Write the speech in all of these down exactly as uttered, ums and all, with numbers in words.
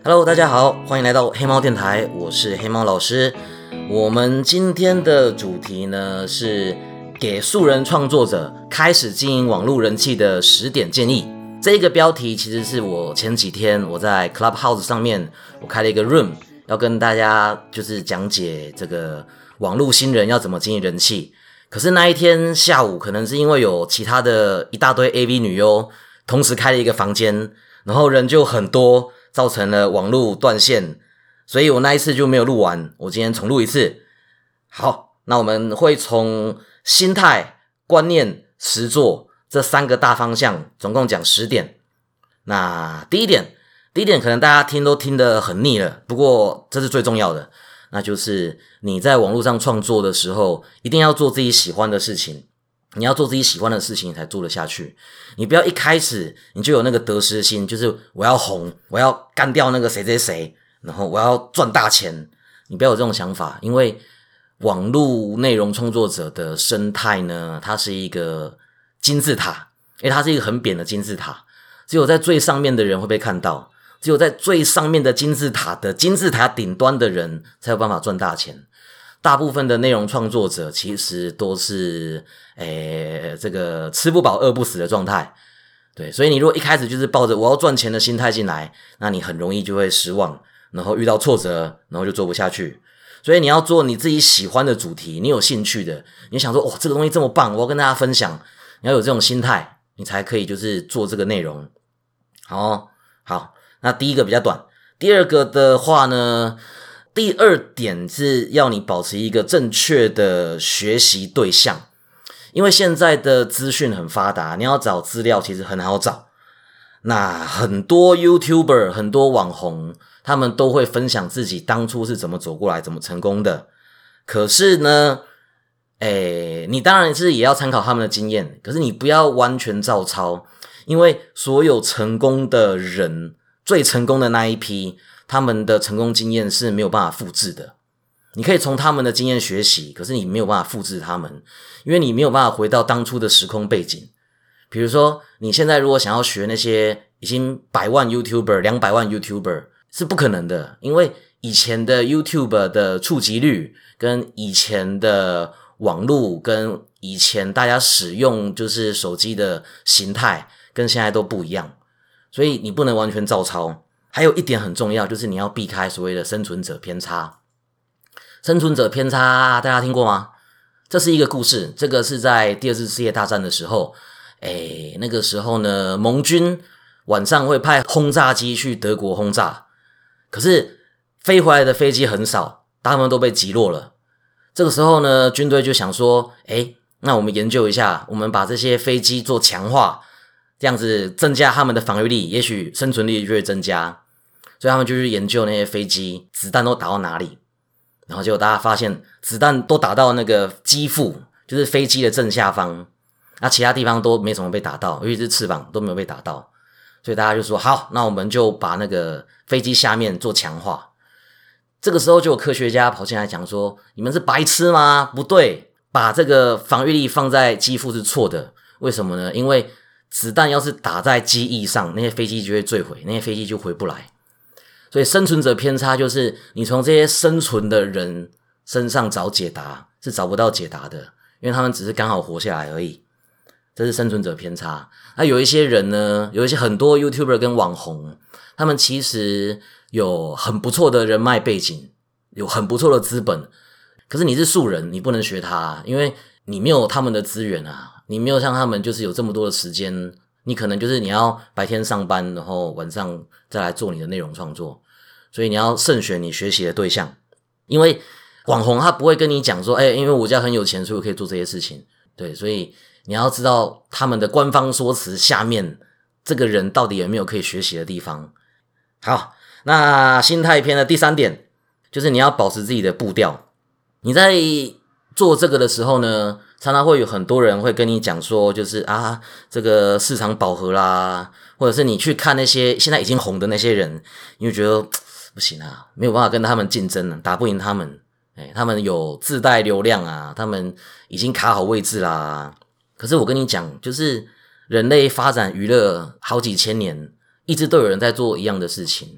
Hello， 大家好，欢迎来到黑猫电台，我是黑猫老师。我们今天的主题呢是给素人创作者开始经营网络人气的十点建议。这个标题其实是我前几天我在 Clubhouse 上面我开了一个 room， 要跟大家就是讲解这个网络新人要怎么经营人气。可是那一天下午可能是因为有其他的一大堆 A V 女优同时开了一个房间，然后人就很多，造成了网络断线，所以我那一次就没有录完，我今天重录一次。好，那我们会从心态、观念、实作这三个大方向总共讲十点。那第一点第一点可能大家听都听得很腻了，不过这是最重要的，那就是你在网络上创作的时候一定要做自己喜欢的事情，你要做自己喜欢的事情才做得下去。你不要一开始你就有那个得失心，就是我要红，我要干掉那个谁谁谁，然后我要赚大钱。你不要有这种想法，因为网络内容创作者的生态呢，它是一个金字塔，因为它是一个很扁的金字塔，只有在最上面的人会被看到，只有在最上面的金字塔的金字塔顶端的人才有办法赚大钱。大部分的内容创作者其实都是诶这个吃不饱饿不死的状态。对，所以你如果一开始就是抱着我要赚钱的心态进来，那你很容易就会失望，然后遇到挫折，然后就做不下去。所以你要做你自己喜欢的主题，你有兴趣的，你想说哦这个东西这么棒，我要跟大家分享，你要有这种心态，你才可以就是做这个内容。好，好，那第一个比较短，第二个的话呢，第二点是要你保持一个正确的学习对象，因为现在的资讯很发达，你要找资料其实很好找。那很多 YouTuber 很多网红他们都会分享自己当初是怎么走过来怎么成功的，可是呢诶你当然是也要参考他们的经验，可是你不要完全照抄，因为所有成功的人最成功的那一批他们的成功经验是没有办法复制的。你可以从他们的经验学习，可是你没有办法复制他们，因为你没有办法回到当初的时空背景。比如说你现在如果想要学那些已经百万 YouTuber 两百万 YouTuber 是不可能的，因为以前的 YouTuber 的触及率跟以前的网络跟以前大家使用就是手机的形态跟现在都不一样，所以你不能完全照抄。还有一点很重要，就是你要避开所谓的生存者偏差。生存者偏差大家听过吗？这是一个故事，这个是在第二次世界大战的时候，诶那个时候呢盟军晚上会派轰炸机去德国轰炸，可是飞回来的飞机很少，他们都被击落了。这个时候呢军队就想说诶那我们研究一下，我们把这些飞机做强化，这样子增加他们的防御力，也许生存力就会增加。所以他们就去研究那些飞机子弹都打到哪里，然后结果大家发现子弹都打到那个机腹，就是飞机的正下方，那其他地方都没什么被打到，尤其是翅膀都没有被打到。所以大家就说好，那我们就把那个飞机下面做强化。这个时候就有科学家跑进来讲说，你们是白痴吗？不对，把这个防御力放在机腹是错的。为什么呢？因为子弹要是打在机翼上，那些飞机就会坠毁，那些飞机就回不来。所以生存者偏差就是你从这些生存的人身上找解答是找不到解答的，因为他们只是刚好活下来而已。这是生存者偏差。那有一些人呢，有一些很多 YouTuber 跟网红，他们其实有很不错的人脉背景，有很不错的资本，可是你是素人，你不能学他，因为你没有他们的资源啊，你没有像他们就是有这么多的时间，你可能就是你要白天上班，然后晚上再来做你的内容创作，所以你要慎选你学习的对象。因为网红他不会跟你讲说诶因为我家很有钱所以我可以做这些事情，对，所以你要知道他们的官方说辞下面这个人到底有没有可以学习的地方。好，那心态篇的第三点就是你要保持自己的步调。你在做这个的时候呢，常常会有很多人会跟你讲说就是啊这个市场饱和啦，或者是你去看那些现在已经红的那些人，你就觉得不行啊，没有办法跟他们竞争了，打不赢他们，诶他们有自带流量啊，他们已经卡好位置啦。可是我跟你讲，就是人类发展娱乐好几千年，一直都有人在做一样的事情。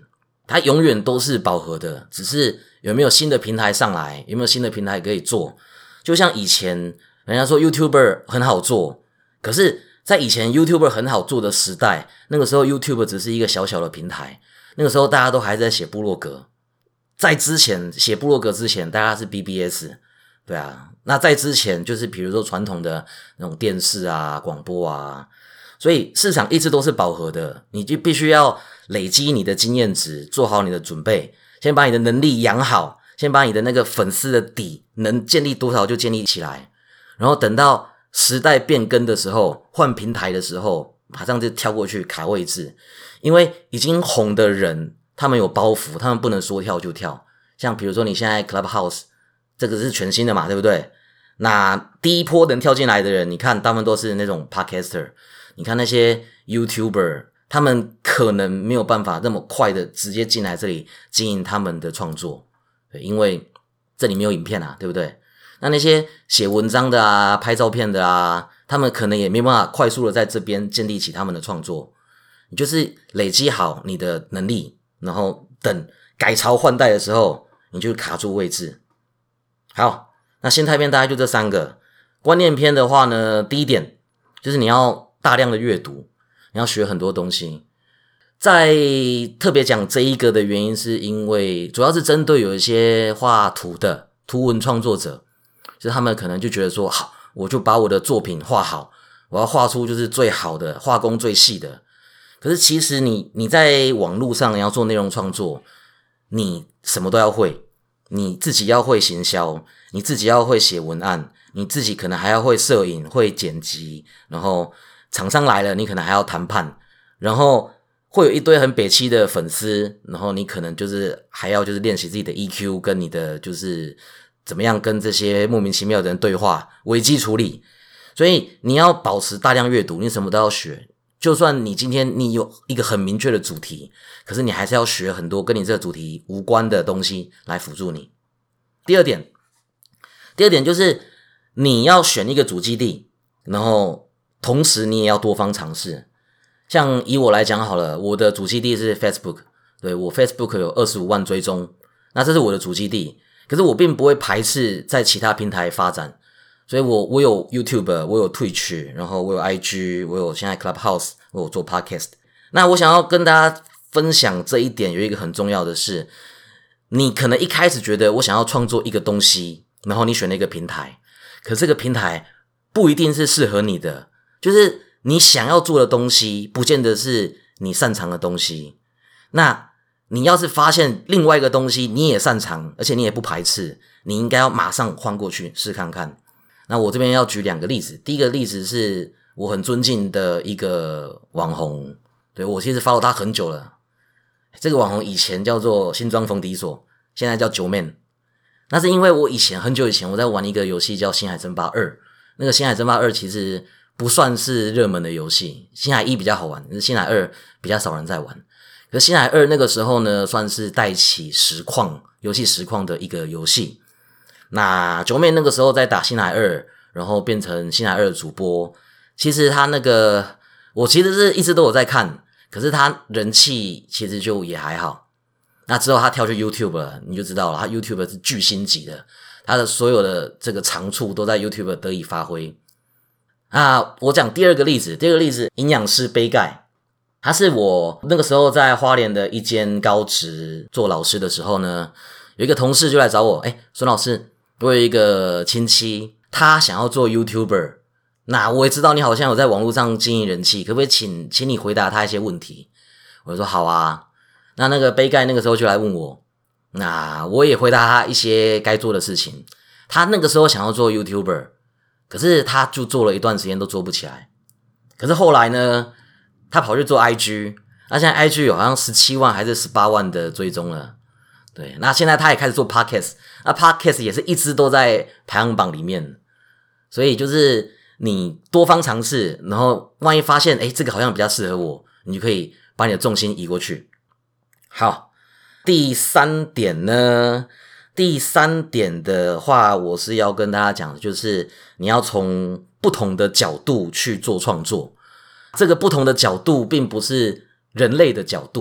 它永远都是饱和的，只是有没有新的平台上来，有没有新的平台可以做。就像以前人家说 YouTuber 很好做，可是在以前 YouTuber 很好做的时代，那个时候 YouTuber 只是一个小小的平台，那个时候大家都还在写部落格，在之前写部落格之前大家是 B B S， 对啊，那在之前就是比如说传统的那种电视啊广播啊，所以市场一直都是饱和的，你就必须要累积你的经验值，做好你的准备，先把你的能力养好，先把你的那个粉丝的底能建立多少就建立起来，然后等到时代变更的时候，换平台的时候，马上就跳过去卡位置。因为已经红的人他们有包袱，他们不能说跳就跳。像比如说你现在 Clubhouse 这个是全新的嘛，对不对？那第一波能跳进来的人，你看他们都是那种 Podcaster， 你看那些 YouTuber， 他们可能没有办法那么快的直接进来这里经营他们的创作，对，因为这里没有影片啊，对不对？那那些写文章的啊，拍照片的啊，他们可能也没办法快速的在这边建立起他们的创作。你就是累积好你的能力，然后等改朝换代的时候，你就卡住位置。好，那心态篇大概就这三个。观念篇的话呢，第一点就是你要大量的阅读，你要学很多东西。在特别讲这一个的原因，是因为主要是针对有一些画图的图文创作者，就是他们可能就觉得说，好，我就把我的作品画好，我要画出就是最好的，画工最细的。可是其实你你在网络上你要做内容创作，你什么都要会，你自己要会行销，你自己要会写文案，你自己可能还要会摄影，会剪辑，然后厂商来了你可能还要谈判，然后会有一堆很北七的粉丝，然后你可能就是还要就是练习自己的 E Q 跟你的就是怎么样跟这些莫名其妙的人对话，危机处理。所以你要保持大量阅读，你什么都要学。就算你今天你有一个很明确的主题，可是你还是要学很多跟你这个主题无关的东西来辅助你。第二点，第二点就是你要选一个主基地，然后同时你也要多方尝试。像以我来讲好了，我的主基地是 Facebook， 对，我 Facebook 有二十五万追踪，那这是我的主基地。可是我并不会排斥在其他平台发展。所以我我有 YouTube， 我有 Twitch， 然后我有 I G， 我有现在 Clubhouse， 我有做 Podcast。那我想要跟大家分享这一点，有一个很重要的是，你可能一开始觉得我想要创作一个东西，然后你选了一个平台，可这个平台不一定是适合你的，就是你想要做的东西不见得是你擅长的东西。那你要是发现另外一个东西你也擅长，而且你也不排斥，你应该要马上换过去试看看。那我这边要举两个例子，第一个例子是我很尊敬的一个网红，对，我其实 follow 他很久了。这个网红以前叫做新庄冯迪所，现在叫九妹。那是因为我以前很久以前我在玩一个游戏叫星海争霸二，那个星海争霸二其实不算是热门的游戏，星海一比较好玩，可是星海二比较少人在玩。可是星海二那个时候呢，算是带起实况游戏实况的一个游戏。那九妹那个时候在打星海二，然后变成星海二的主播。其实他那个我其实是一直都有在看，可是他人气其实就也还好。那之后他跳去 YouTube 了，你就知道了，他 YouTube 是巨星级的，他的所有的这个长处都在 YouTube 得以发挥。那我讲第二个例子，第二个例子营养师杯盖，他是我那个时候在花莲的一间高职做老师的时候呢，有一个同事就来找我，诶孙老师，我有一个亲戚，他想要做 YouTuber， 那我也知道你好像有在网络上经营人气，可不可以请请你回答他一些问题？我就说好啊。那那个杯盖那个时候就来问我，那我也回答他一些该做的事情。他那个时候想要做 YouTuber， 可是他就做了一段时间都做不起来。可是后来呢，他跑去做 I G， 那现在 I G 有好像十七万还是十八万的追踪了。对，那现在他也开始做 Podcast， 那 Podcast 也是一直都在排行榜里面。所以就是你多方尝试，然后万一发现诶这个好像比较适合我，你就可以把你的重心移过去。好，第三点呢，第三点的话我是要跟大家讲的，就是你要从不同的角度去做创作。这个不同的角度并不是人类的角度，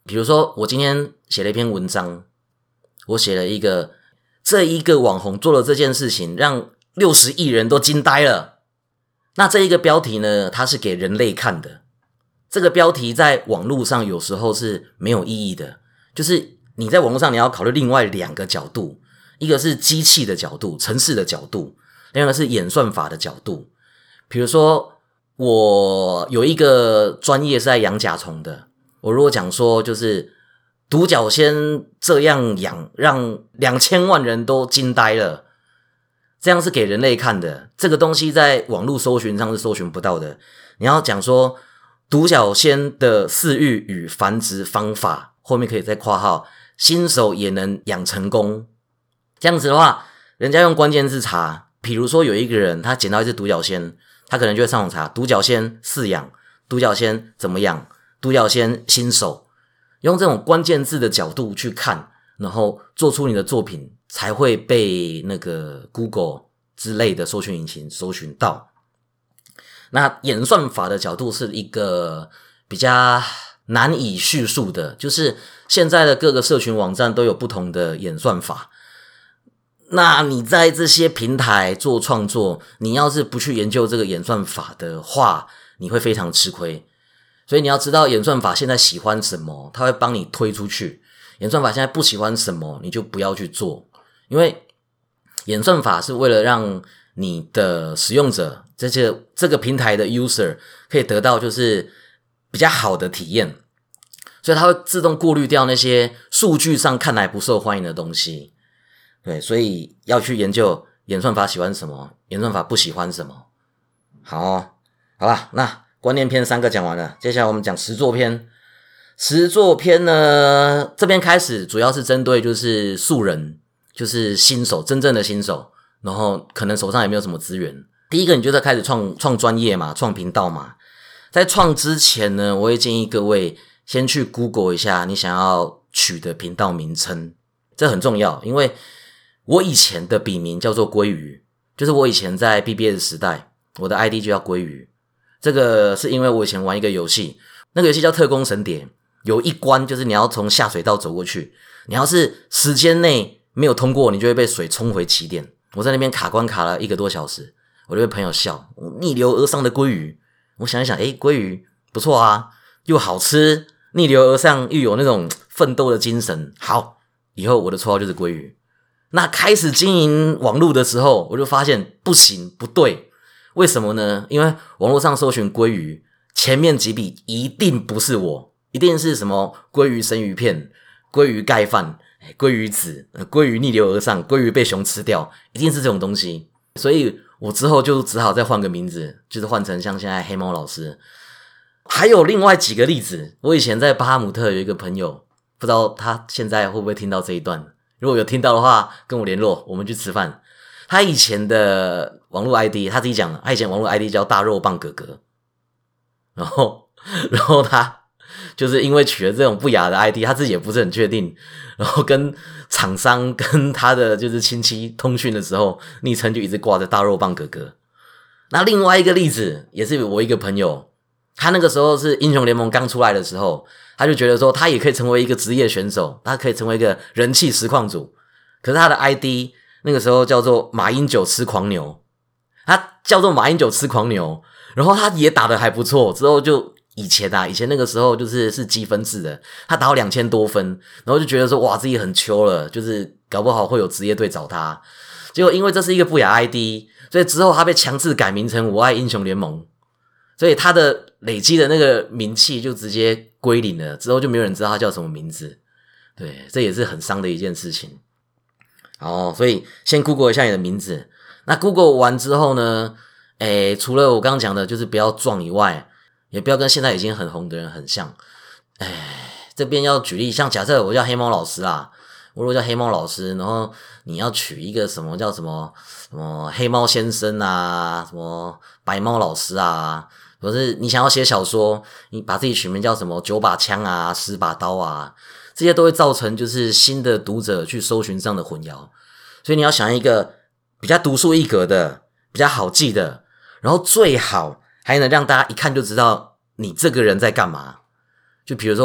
比如说我今天写了一篇文章，我写了一个这一个网红做了这件事情让六十亿人都惊呆了，那这一个标题呢，它是给人类看的，这个标题在网络上有时候是没有意义的，就是你在网络上你要考虑另外两个角度，一个是机器的角度，程式的角度，另外一个是演算法的角度。比如说我有一个专业是在养甲虫的，我如果讲说就是独角仙这样养让两千万人都惊呆了，这样是给人类看的，这个东西在网络搜寻上是搜寻不到的。你要讲说独角仙的饲育与繁殖方法，后面可以再括号新手也能养成功，这样子的话人家用关键字查，比如说有一个人他捡到一只独角仙，他可能就会上网查独角仙饲养，独角仙怎么养，独角仙新手，用这种关键字的角度去看，然后做出你的作品才会被那个 Google 之类的搜寻引擎搜寻到。那演算法的角度是一个比较难以叙述的，就是现在的各个社群网站都有不同的演算法，那你在这些平台做创作，你要是不去研究这个演算法的话，你会非常吃亏。所以你要知道演算法现在喜欢什么，它会帮你推出去，演算法现在不喜欢什么，你就不要去做，因为演算法是为了让你的使用者这些这个平台的 user 可以得到就是比较好的体验，所以它会自动过滤掉那些数据上看来不受欢迎的东西。对，所以要去研究演算法喜欢什么，演算法不喜欢什么。好哦，好吧，那观念篇三个讲完了，接下来我们讲实作篇。实作篇呢，这边开始主要是针对就是素人，就是新手，真正的新手，然后可能手上也没有什么资源。第一个你就在开始创创专业嘛，创频道嘛。在创之前呢，我会建议各位先去 Google 一下你想要取的频道名称，这很重要，因为我以前的笔名叫做鲑鱼，就是我以前在 B B S 时代，我的 I D 就叫鲑鱼。这个是因为我以前玩一个游戏，那个游戏叫特工神谍，有一关就是你要从下水道走过去，你要是时间内没有通过，你就会被水冲回起点。我在那边卡关卡了一个多小时，我就被朋友笑，逆流而上的鲑鱼。我想一想，诶，鲑鱼不错啊，又好吃，逆流而上又有那种奋斗的精神，好，以后我的绰号就是鲑鱼。那开始经营网络的时候，我就发现不行，不对。为什么呢？因为网络上搜寻鲑鱼，前面几笔一定不是我，一定是什么鲑鱼生鱼片、鲑鱼盖饭、鲑鱼子、鲑鱼逆流而上、鲑鱼被熊吃掉，一定是这种东西。所以我之后就只好再换个名字，就是换成像现在黑猫老师。还有另外几个例子，我以前在巴哈姆特有一个朋友，不知道他现在会不会听到这一段，如果有听到的话跟我联络，我们去吃饭。他以前的网络 I D 他自己讲了，他以前网络 I D 叫大肉棒哥哥，然后然后他就是因为取了这种不雅的 I D， 他自己也不是很确定，然后跟厂商跟他的就是亲戚通讯的时候，昵称就一直挂着大肉棒哥哥。那另外一个例子也是我一个朋友，他那个时候是英雄联盟刚出来的时候，他就觉得说他也可以成为一个职业选手，他可以成为一个人气实况主，可是他的 I D 那个时候叫做马英九吃狂牛，他叫做马英九吃狂牛，然后他也打得还不错，之后就以前啊，以前那个时候就是是积分制的，他打到两千多分，然后就觉得说哇自己很秋了，就是搞不好会有职业队找他，结果因为这是一个不雅 I D， 所以之后他被强制改名成我爱英雄联盟，所以他的累积的那个名气就直接归零了，之后就没有人知道他叫什么名字，对，这也是很伤的一件事情。好，所以先 Google 一下你的名字。那 Google 完之后呢，诶，除了我刚刚讲的就是不要撞以外，也不要跟现在已经很红的人很像。诶，这边要举例，像假设我叫黑猫老师啦，我如果叫黑猫老师，然后你要取一个什么叫什么什么黑猫先生啊，什么白猫老师啊，或是你想要写小说，你把自己取名叫什么九把枪啊，十把刀啊，这些都会造成就是新的读者去搜寻上的混淆。所以你要想一个比较独树一格的，比较好记的，然后最好还能让大家一看就知道你这个人在干嘛。就比如说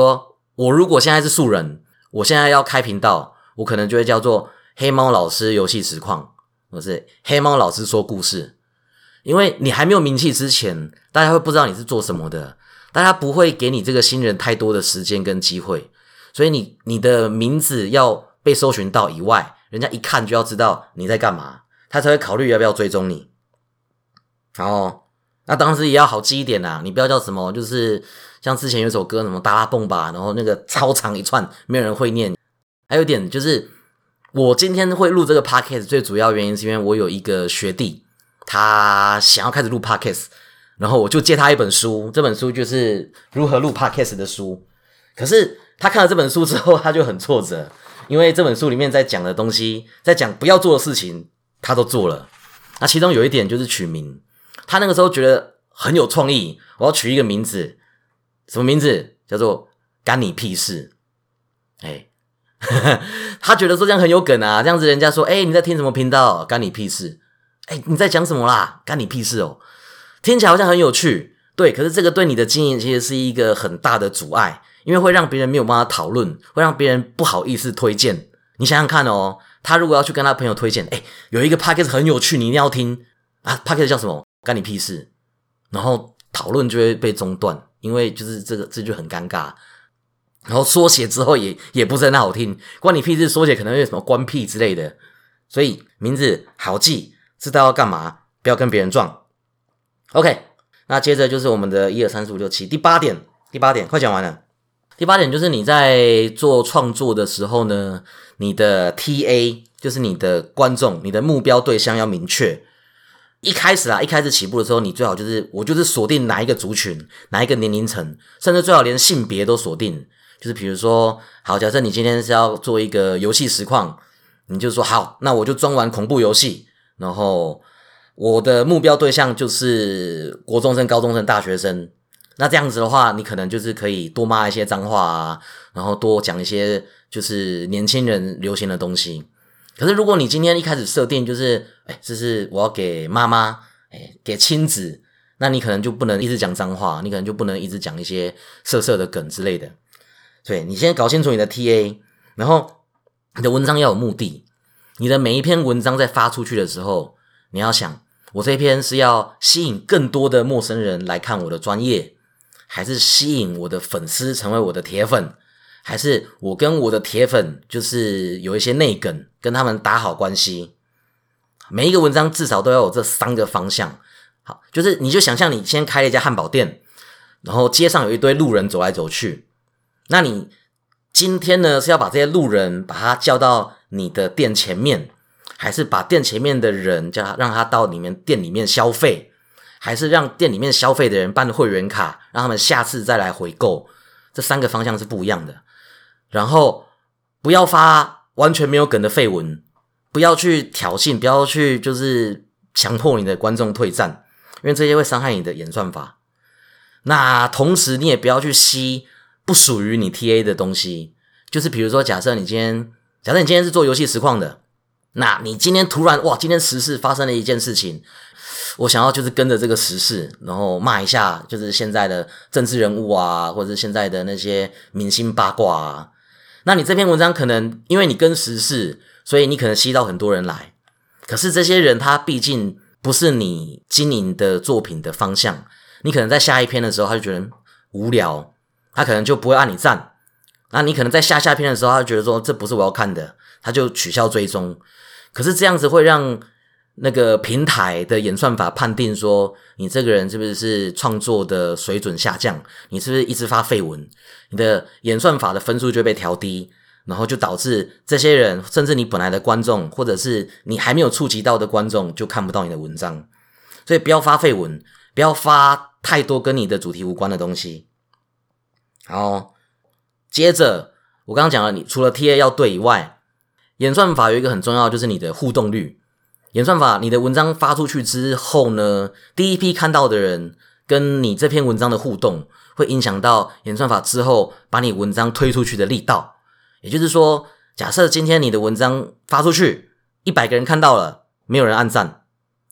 我如果现在是素人，我现在要开频道，我可能就会叫做黑猫老师游戏实况，或是黑猫老师说故事。因为你还没有名气之前，大家会不知道你是做什么的，大家不会给你这个新人太多的时间跟机会，所以你你的名字要被搜寻到以外，人家一看就要知道你在干嘛，他才会考虑要不要追踪你。哦，那当时也要好记一点啦，你不要叫什么，就是像之前有一首歌什么达拉蹦吧，然后那个超长一串，没有人会念。还有一点就是，我今天会录这个 podcast 最主要原因是因为我有一个学弟，他想要开始录 podcast， 然后我就借他一本书，这本书就是如何录 podcast 的书。可是他看了这本书之后，他就很挫折，因为这本书里面在讲的东西，在讲不要做的事情，他都做了。那其中有一点就是取名，他那个时候觉得很有创意，我要取一个名字，什么名字？叫做干你屁事。哎，他觉得说这样很有梗啊，这样子人家说，哎，你在听什么频道？干你屁事。哎，你在讲什么啦？干你屁事哦。听起来好像很有趣，对，可是这个对你的经营其实是一个很大的阻碍，因为会让别人没有办法讨论，会让别人不好意思推荐。你想想看哦，他如果要去跟他朋友推荐，哎，有一个 podcast 很有趣，你一定要听啊 podcast 叫什么？干你屁事。然后讨论就会被中断，因为就是这个这就很尴尬。然后缩写之后也也不是很好听，关你屁事缩写可能有什么关屁之类的。所以名字好记，知道要干嘛，不要跟别人撞。OK， 那接着就是我们的一二三四五六七第八点，第八点快讲完了。第八点就是你在做创作的时候呢，你的 T A 就是你的观众，你的目标对象要明确。一开始啦，一开始起步的时候，你最好就是我就是锁定哪一个族群，哪一个年龄层，甚至最好连性别都锁定。就是比如说，好，假设你今天是要做一个游戏实况，你就说好，那我就专玩恐怖游戏，然后我的目标对象就是国中生、高中生、大学生。那这样子的话，你可能就是可以多骂一些脏话啊，然后多讲一些就是年轻人流行的东西。可是如果你今天一开始设定就是哎，这是我要给妈妈，哎，给亲子，那你可能就不能一直讲脏话，你可能就不能一直讲一些色色的梗之类的。对，你先搞清楚你的 T A， 然后你的文章要有目的。你的每一篇文章在发出去的时候，你要想，我这篇是要吸引更多的陌生人来看我的专业，还是吸引我的粉丝成为我的铁粉，还是我跟我的铁粉就是有一些内梗，跟他们打好关系。每一个文章至少都要有这三个方向。好，就是你就想象你先开了一家汉堡店，然后街上有一堆路人走来走去，那你今天呢是要把这些路人把他叫到你的店前面，还是把店前面的人叫他让他到你们店里面消费，还是让店里面消费的人办会员卡，让他们下次再来回购？这三个方向是不一样的。然后不要发完全没有梗的废文，不要去挑衅，不要去就是强迫你的观众退战，因为这些会伤害你的演算法。那同时你也不要去吸不属于你 T A 的东西，就是比如说假设你今天假设你今天是做游戏实况的，那你今天突然哇今天时事发生了一件事情，我想要就是跟着这个时事，然后骂一下就是现在的政治人物啊，或者是现在的那些明星八卦啊。那你这篇文章可能因为你跟时事，所以你可能吸到很多人来，可是这些人他毕竟不是你经营的作品的方向，你可能在下一篇的时候他就觉得无聊，他可能就不会按你赞。那你可能在下下篇的时候他就觉得说这不是我要看的，他就取消追踪。可是这样子会让那个平台的演算法判定说你这个人是不是创作的水准下降，你是不是一直发废文，你的演算法的分数就被调低，然后就导致这些人甚至你本来的观众或者是你还没有触及到的观众就看不到你的文章。所以不要发废文，不要发太多跟你的主题无关的东西。好，接着我刚刚讲了，你除了 T A 要对以外，演算法有一个很重要的就是你的互动率。演算法你的文章发出去之后呢，第一批看到的人跟你这篇文章的互动会影响到演算法之后把你文章推出去的力道。也就是说，假设今天你的文章发出去一百个人看到了，没有人按赞，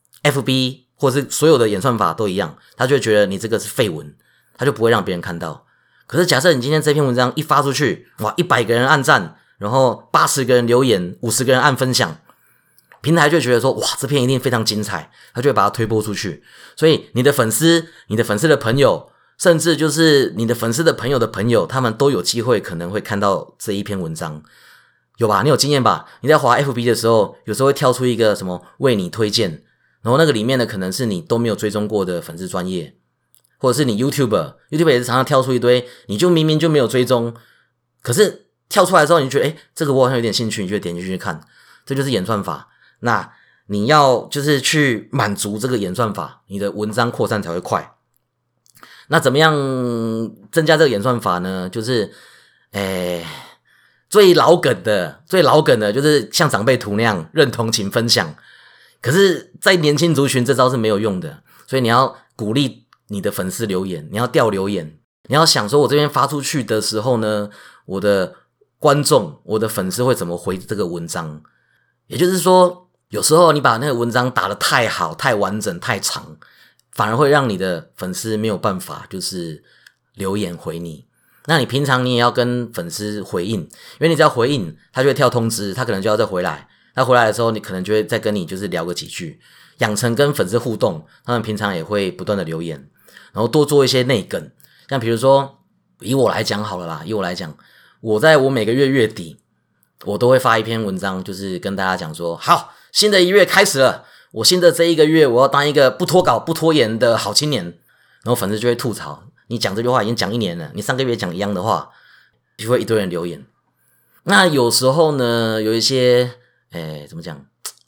F B 或是所有的演算法都一样，他就会觉得你这个是废文，他就不会让别人看到。 可是假设你今天这篇文章一发出去，哇，一百个人按赞，然后八十个人留言，五十个人按分享，平台就会觉得说，哇，这篇一定非常精彩，他就会把它推播出去。所以你的粉丝、你的粉丝的朋友，甚至就是你的粉丝的朋友的朋友，他们都有机会可能会看到这一篇文章。有吧？你有经验吧？你在滑 F B 的时候，有时候会跳出一个什么为你推荐，然后那个里面的可能是你都没有追踪过的粉丝专页，或者是你 YouTuber， YouTuber 也是常常跳出一堆，你就明明就没有追踪，可是跳出来之后，你就觉得，诶，这个我好像有点兴趣，你就点进去看，这就是演算法。那你要就是去满足这个演算法，你的文章扩散才会快。那怎么样增加这个演算法呢？就是，诶。最老梗的最老梗的就是像长辈图那样认同请分享，可是在年轻族群这招是没有用的，所以你要鼓励你的粉丝留言，你要调留言，你要想说我这边发出去的时候呢，我的观众我的粉丝会怎么回这个文章。也就是说有时候你把那个文章打得太好太完整太长，反而会让你的粉丝没有办法就是留言回你。那你平常你也要跟粉丝回应，因为你只要回应，他就会跳通知，他可能就要再回来。他回来的时候，你可能就会再跟你就是聊个几句，养成跟粉丝互动。他们平常也会不断的留言，然后多做一些内梗。像比如说，以我来讲好了啦，以我来讲，我在我每个月月底，我都会发一篇文章，就是跟大家讲说，好，新的一月开始了，我新的这一个月，我要当一个不脱稿、不拖延的好青年。然后粉丝就会吐槽。你讲这句话已经讲一年了，你上个月讲一样的话，就会一堆人留言。那有时候呢，有一些诶怎么讲，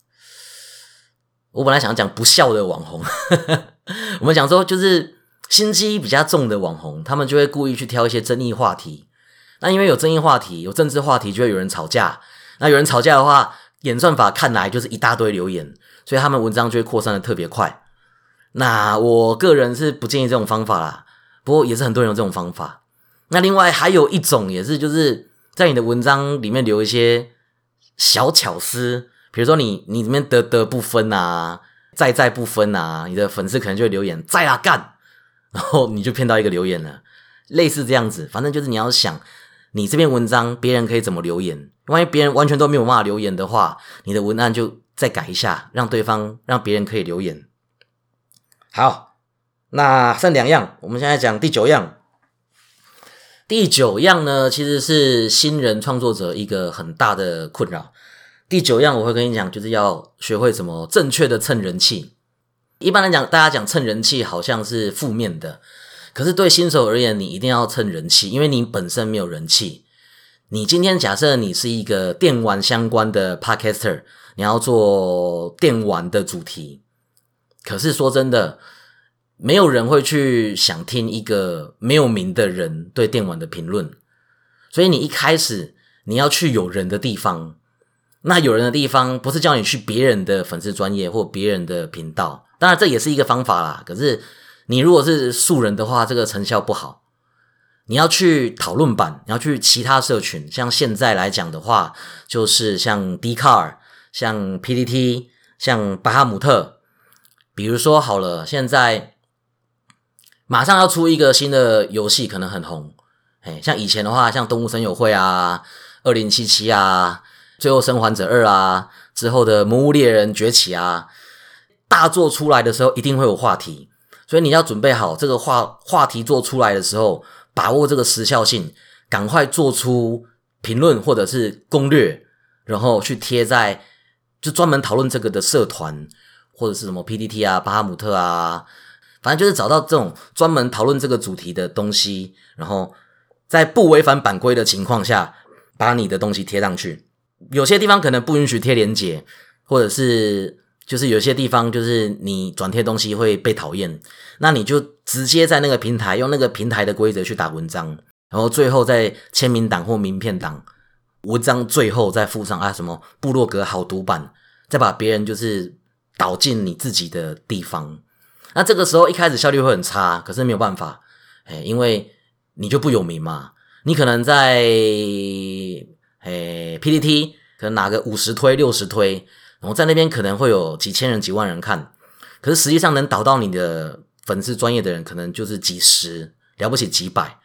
我本来想讲不孝的网红我们讲说就是心机比较重的网红，他们就会故意去挑一些争议话题。那因为有争议话题，有政治话题，就会有人吵架。那有人吵架的话，演算法看来就是一大堆留言，所以他们文章就会扩散的特别快。那我个人是不建议这种方法啦，不过也是很多人有这种方法。那另外还有一种也是就是在你的文章里面留一些小巧思，比如说你你里面得得不分啊，在在不分啊，你的粉丝可能就会留言在啊干，然后你就骗到一个留言了，类似这样子。反正就是你要想你这篇文章别人可以怎么留言，万一别人完全都没有办法留言的话，你的文案就再改一下，让对方让别人可以留言。好，那剩两样，我们现在讲第九样。第九样呢，其实是新人创作者一个很大的困扰。第九样我会跟你讲，就是要学会怎么正确的蹭人气。一般来讲，大家讲蹭人气好像是负面的，可是对新手而言，你一定要蹭人气，因为你本身没有人气。你今天假设你是一个电玩相关的 podcaster， 你要做电玩的主题，可是说真的，没有人会去想听一个没有名的人对电玩的评论，所以你一开始你要去有人的地方。那有人的地方不是叫你去别人的粉丝专页或别人的频道，当然这也是一个方法啦，可是你如果是素人的话，这个成效不好。你要去讨论版，你要去其他社群，像现在来讲的话，就是像 Dcard， 像 P T T， 像巴哈姆特。比如说好了，现在马上要出一个新的游戏，可能很红，像以前的话，像动物森友会啊，二零七七啊，最后生还者二啊，之后的魔物猎人崛起啊，大作出来的时候一定会有话题，所以你要准备好这个话话题做出来的时候，把握这个时效性，赶快做出评论或者是攻略，然后去贴在就专门讨论这个的社团，或者是什么 P T T 啊、巴哈姆特啊，反正就是找到这种专门讨论这个主题的东西，然后在不违反版规的情况下，把你的东西贴上去。有些地方可能不允许贴连结，或者是就是有些地方就是你转贴东西会被讨厌，那你就直接在那个平台用那个平台的规则去打文章，然后最后在签名档或名片档文章最后再附上啊什么部落格好读版，再把别人就是导进你自己的地方。那这个时候一开始效率会很差，可是没有办法，因为你就不有名嘛。你可能在诶 P T T 可能拿个五十推六十推，然后在那边可能会有几千人几万人看，可是实际上能导到你的粉丝专业的人可能就是几十，了不起几百。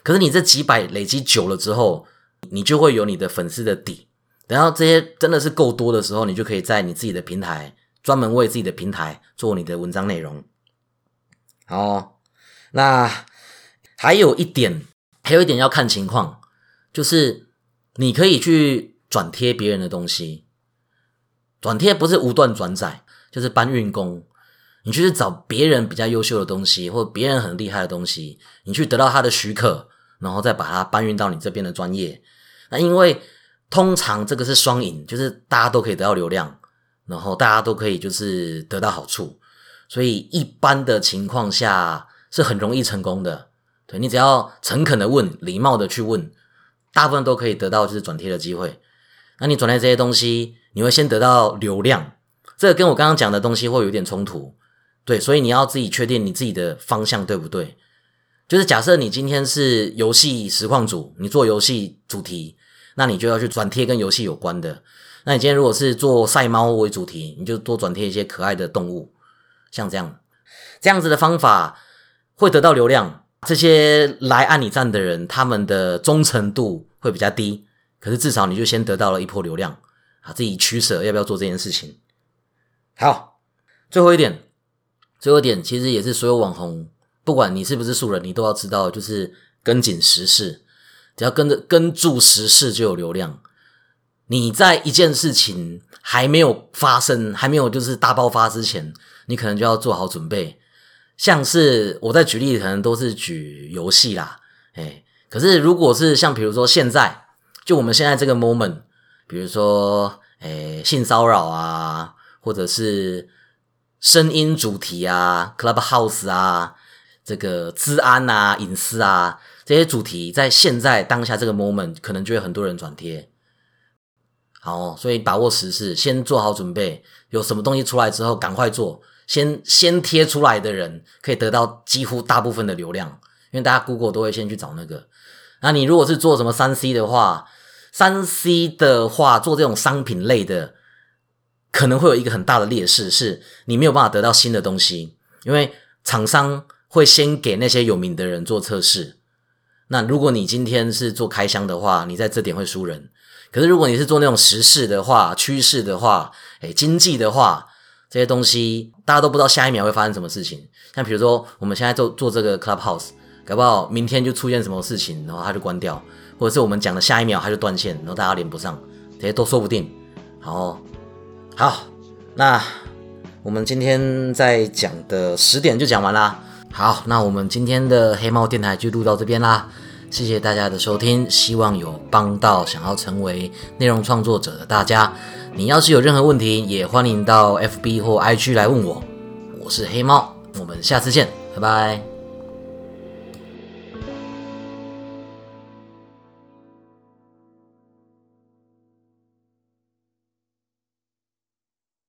可是你这几百累积久了之后，你就会有你的粉丝的底。等到这些真的是够多的时候，你就可以在你自己的平台专门为自己的平台做你的文章内容。好，那还有一点，还有一点要看情况，就是你可以去转贴别人的东西。转贴不是无断转载，就是搬运工。你去找别人比较优秀的东西，或别人很厉害的东西，你去得到他的许可，然后再把它搬运到你这边的专业。那因为通常这个是双赢，就是大家都可以得到流量，然后大家都可以就是得到好处，所以一般的情况下是很容易成功的。对，你只要诚恳的问，礼貌的去问，大部分都可以得到就是转贴的机会。那你转贴这些东西，你会先得到流量，这个跟我刚刚讲的东西会有点冲突。对，所以你要自己确定你自己的方向对不对。就是假设你今天是游戏实况组，你做游戏主题，那你就要去转贴跟游戏有关的。那你今天如果是做赛猫为主题，你就多转贴一些可爱的动物，像这样这样子的方法会得到流量。这些来按你赞的人，他们的忠诚度会比较低，可是至少你就先得到了一波流量啊，自己取舍要不要做这件事情。好，最后一点最后一点其实也是所有网红，不管你是不是素人，你都要知道，就是跟紧时事。只要跟着跟住时事就有流量。你在一件事情还没有发生，还没有就是大爆发之前，你可能就要做好准备。像是我在举例，可能都是举游戏啦，诶，可是如果是像比如说现在，就我们现在这个 moment， 比如说诶性骚扰啊，或者是声音主题啊 Clubhouse 啊，这个资安啊隐私啊，这些主题在现在当下这个 moment 可能就会很多人转贴。好，所以把握时事，先做好准备，有什么东西出来之后赶快做，先先贴出来的人可以得到几乎大部分的流量，因为大家 Google 都会先去找那个。那你如果是做什么 三 C 的话 ,三 C 的话做这种商品类的可能会有一个很大的劣势，是你没有办法得到新的东西，因为厂商会先给那些有名的人做测试。那如果你今天是做开箱的话，你在这点会输人。可是如果你是做那种时事的话，趋势的话，诶经济的话，这些东西大家都不知道下一秒会发生什么事情。像比如说我们现在做做这个 Clubhouse， 搞不好明天就出现什么事情，然后它就关掉，或者是我们讲的下一秒它就断线，然后大家连不上，这些都说不定。好好，那我们今天在讲的十点就讲完啦。好，那我们今天的黑猫电台就录到这边啦。谢谢大家的收听，希望有帮到想要成为内容创作者的大家。你要是有任何问题，也欢迎到 F B 或 I G 来问我。我是黑猫，我们下次见，拜拜。